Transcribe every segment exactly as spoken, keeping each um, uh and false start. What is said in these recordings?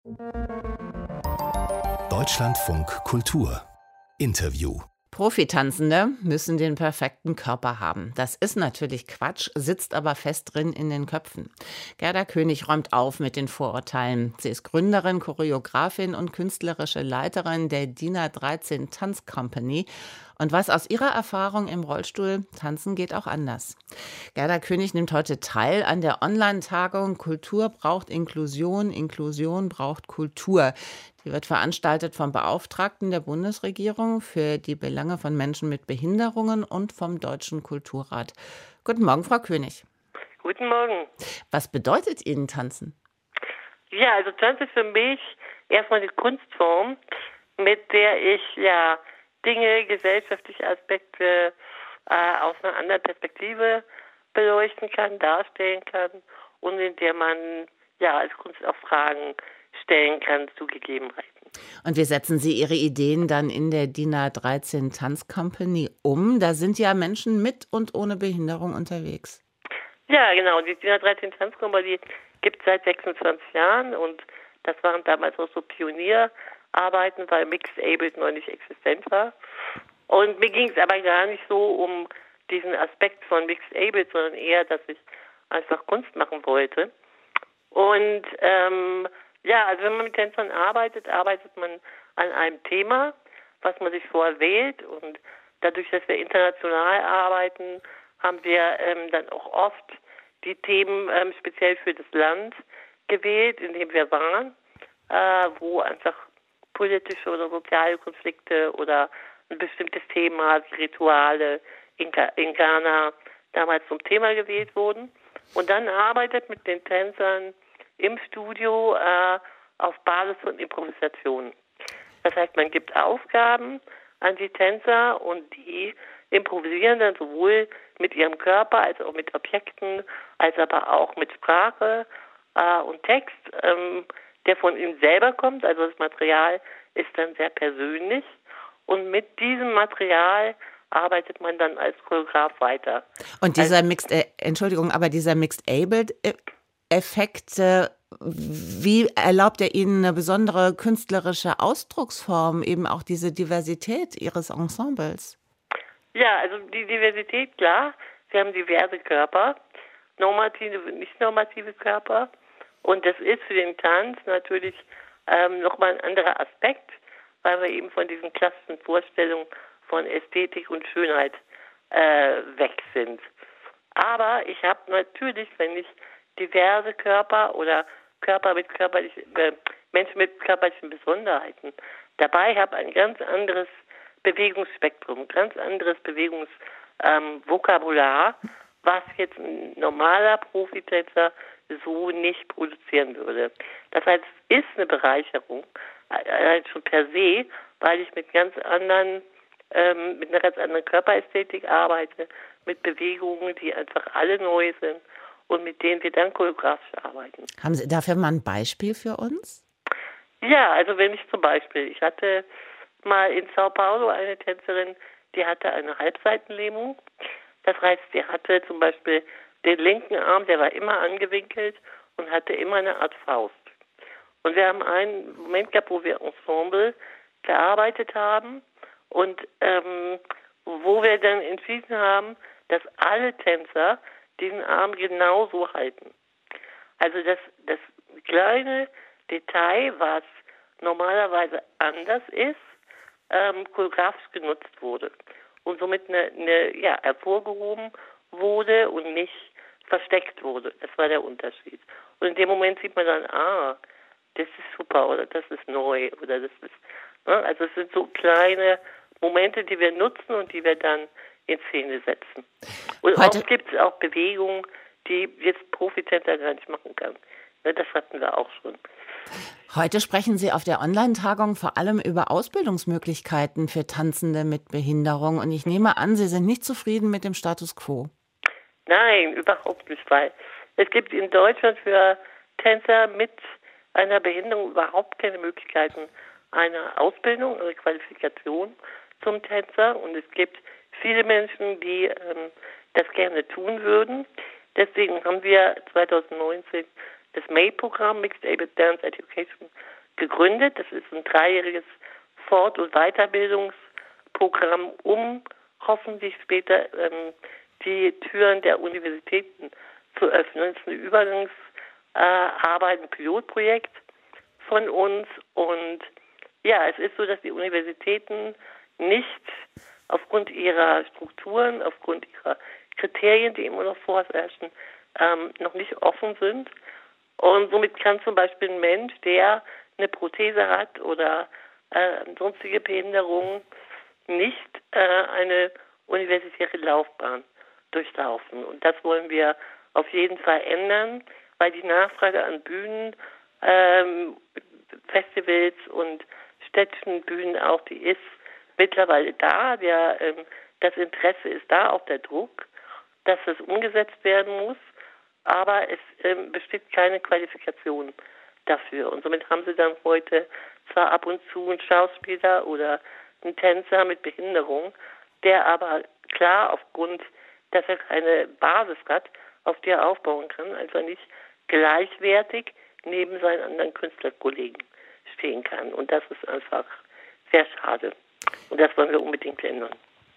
Deutschlandfunk Kultur Interview. Profitanzende müssen den perfekten Körper haben. Das ist natürlich Quatsch, sitzt aber fest drin in den Köpfen. Gerda König räumt auf mit den Vorurteilen. Sie ist Gründerin, Choreografin und künstlerische Leiterin der D I N A dreizehn Tanzcompany und weiß aus ihrer Erfahrung im Rollstuhl, tanzen geht auch anders. Gerda König nimmt heute teil an der Online-Tagung Kultur braucht Inklusion, Inklusion braucht Kultur. Die wird veranstaltet vom Beauftragten der Bundesregierung für die Belange von Menschen mit Behinderungen und vom Deutschen Kulturrat. Guten Morgen, Frau König. Guten Morgen. Was bedeutet Ihnen Tanzen? Ja, also Tanz ist für mich erstmal eine Kunstform, mit der ich ja Dinge, gesellschaftliche Aspekte äh, aus einer anderen Perspektive beleuchten kann, darstellen kann und in der man ja als Kunst auch Fragen stellen kann zu Gegebenheiten. Und wie setzen Sie Ihre Ideen dann in der D I N A dreizehn Tanzcompany um? Da sind ja Menschen mit und ohne Behinderung unterwegs. Ja, genau. Die D I N A dreizehn Tanzcompany gibt es seit sechsundzwanzig Jahren und das waren damals auch so Pionierarbeiten, weil Mixed Abled noch nicht existent war. Und mir ging es aber gar nicht so um diesen Aspekt von Mixed Abled, sondern eher, dass ich einfach Kunst machen wollte. Und ähm, ja, also wenn man mit Tänzern arbeitet, arbeitet man an einem Thema, was man sich vorher wählt. Und dadurch, dass wir international arbeiten, haben wir ähm, dann auch oft die Themen ähm, speziell für das Land gewählt, in dem wir waren, äh, wo einfach politische oder soziale Konflikte oder ein bestimmtes Thema, wie Rituale in, in Ghana damals zum Thema gewählt wurden. Und dann arbeitet mit den Tänzern im Studio äh, auf Basis von Improvisation. Das heißt, man gibt Aufgaben an die Tänzer und die improvisieren dann sowohl mit ihrem Körper als auch mit Objekten, als aber auch mit Sprache äh, und Text, ähm, der von ihnen selber kommt. Also das Material ist dann sehr persönlich und mit diesem Material arbeitet man dann als Choreograf weiter. Und dieser also, Mixed, äh, Entschuldigung, aber dieser Mixed Abled Effekt, äh, wie erlaubt er Ihnen eine besondere künstlerische Ausdrucksform, eben auch diese Diversität Ihres Ensembles? Ja, also die Diversität, klar. Sie haben diverse Körper, normative und nicht normative Körper. Und das ist für den Tanz natürlich ähm, nochmal ein anderer Aspekt, weil wir eben von diesen klassischen Vorstellungen von Ästhetik und Schönheit äh, weg sind. Aber ich habe natürlich, wenn ich diverse Körper oder Körper mit körperlichen, äh, Menschen mit körperlichen Besonderheiten dabei habe, ein ganz anderes Bewegungsspektrum, ganz anderes Bewegungsvokabular, ähm, was jetzt ein normaler Profitänzer so nicht produzieren würde. Das heißt, es ist eine Bereicherung, äh, schon per se, weil ich mit ganz anderen, ähm, mit einer ganz anderen Körperästhetik arbeite, mit Bewegungen, die einfach alle neu sind und mit denen wir dann choreografisch arbeiten. Haben Sie dafür mal ein Beispiel für uns? Ja, also wenn ich zum Beispiel, ich hatte mal in Sao Paulo eine Tänzerin, die hatte eine Halbseitenlähmung. Das heißt, sie hatte zum Beispiel den linken Arm, der war immer angewinkelt und hatte immer eine Art Faust. Und wir haben einen Moment gehabt, wo wir Ensemble gearbeitet haben und ähm, wo wir dann entschieden haben, dass alle Tänzer diesen Arm genauso halten. Also das, das kleine Detail, was normalerweise anders ist, ähm, choreografisch genutzt wurde und somit eine, eine, ja, hervorgehoben wurde und nicht versteckt wurde. Das war der Unterschied. Und in dem Moment sieht man dann, ah, das ist super oder das ist neu oder das ist, ne? Also es sind so kleine Momente, die wir nutzen und die wir dann in Szene setzen. Und Heute oft gibt es auch Bewegungen, die jetzt Profitänzer gar nicht machen kann. Ne, das hatten wir auch schon. Heute sprechen Sie auf der Online-Tagung vor allem über Ausbildungsmöglichkeiten für Tanzende mit Behinderung. Und ich nehme an, Sie sind nicht zufrieden mit dem Status quo. Nein, überhaupt nicht, weil es gibt in Deutschland für Tänzer mit einer Behinderung überhaupt keine Möglichkeiten einer Ausbildung, einer Qualifikation zum Tänzer. Und es gibt viele Menschen, die ähm, das gerne tun würden. Deswegen haben wir zwanzig neunzehn das M A I Programm, Mixed Able Dance Education, gegründet. Das ist ein dreijähriges Fort- und Weiterbildungsprogramm, um hoffentlich später ähm, die Türen der Universitäten zu öffnen. Es ist eine Übergangsarbeit, ein Pilotprojekt von uns. Und ja, es ist so, dass die Universitäten nicht aufgrund ihrer Strukturen, aufgrund ihrer Kriterien, die immer noch vorherrschen, ähm, noch nicht offen sind. Und somit kann zum Beispiel ein Mensch, der eine Prothese hat oder äh, sonstige Behinderungen, nicht äh, eine universitäre Laufbahn durchlaufen. Und das wollen wir auf jeden Fall ändern, weil die Nachfrage an Bühnen, ähm, Festivals und städtischen Bühnen auch, die ist mittlerweile da. Der, ähm, das Interesse ist da, auch der Druck, dass es umgesetzt werden muss. Aber es ähm, besteht keine Qualifikation dafür. Und somit haben sie dann heute zwar ab und zu einen Schauspieler oder einen Tänzer mit Behinderung, der aber klar aufgrund, dass er keine Basis hat, auf die er aufbauen kann, also nicht gleichwertig neben seinen anderen Künstlerkollegen stehen kann. Und das ist einfach sehr schade. Und das wollen wir unbedingt ändern.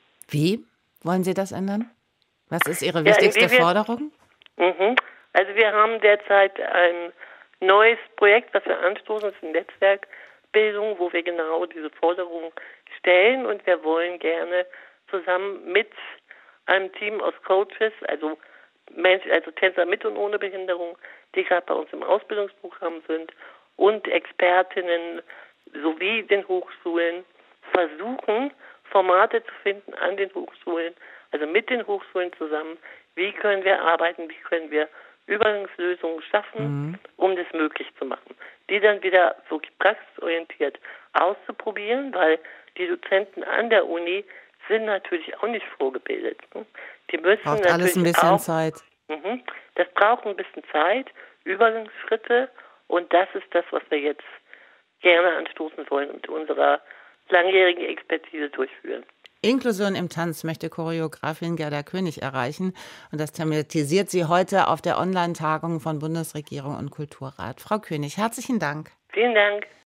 Wie wollen Sie das ändern? Was ist Ihre Ja, wichtigste wir, Forderung? Mhm. Also wir haben derzeit ein neues Projekt, was wir anstoßen, das ist eine Netzwerkbildung, wo wir genau diese Forderung stellen, und wir wollen gerne zusammen mit einem Team aus Coaches, also Menschen, also Tänzer mit und ohne Behinderung, die gerade bei uns im Ausbildungsprogramm sind, und Expertinnen sowie den Hochschulen versuchen, Formate zu finden an den Hochschulen, also mit den Hochschulen zusammen, wie können wir arbeiten, wie können wir Übergangslösungen schaffen, mhm. um das möglich zu machen. Die dann wieder wirklich praxisorientiert auszuprobieren, weil die Dozenten an der Uni sind natürlich auch nicht vorgebildet. Die müssen braucht natürlich alles ein bisschen auch, Zeit. Mhm, das braucht ein bisschen Zeit, Übergangsschritte, und das ist das, was wir jetzt gerne anstoßen wollen und unserer langjährigen Expertise durchführen. Inklusion im Tanz möchte Choreografin Gerda König erreichen, und das thematisiert sie heute auf der Online-Tagung von Bundesregierung und Kulturrat. Frau König, herzlichen Dank. Vielen Dank.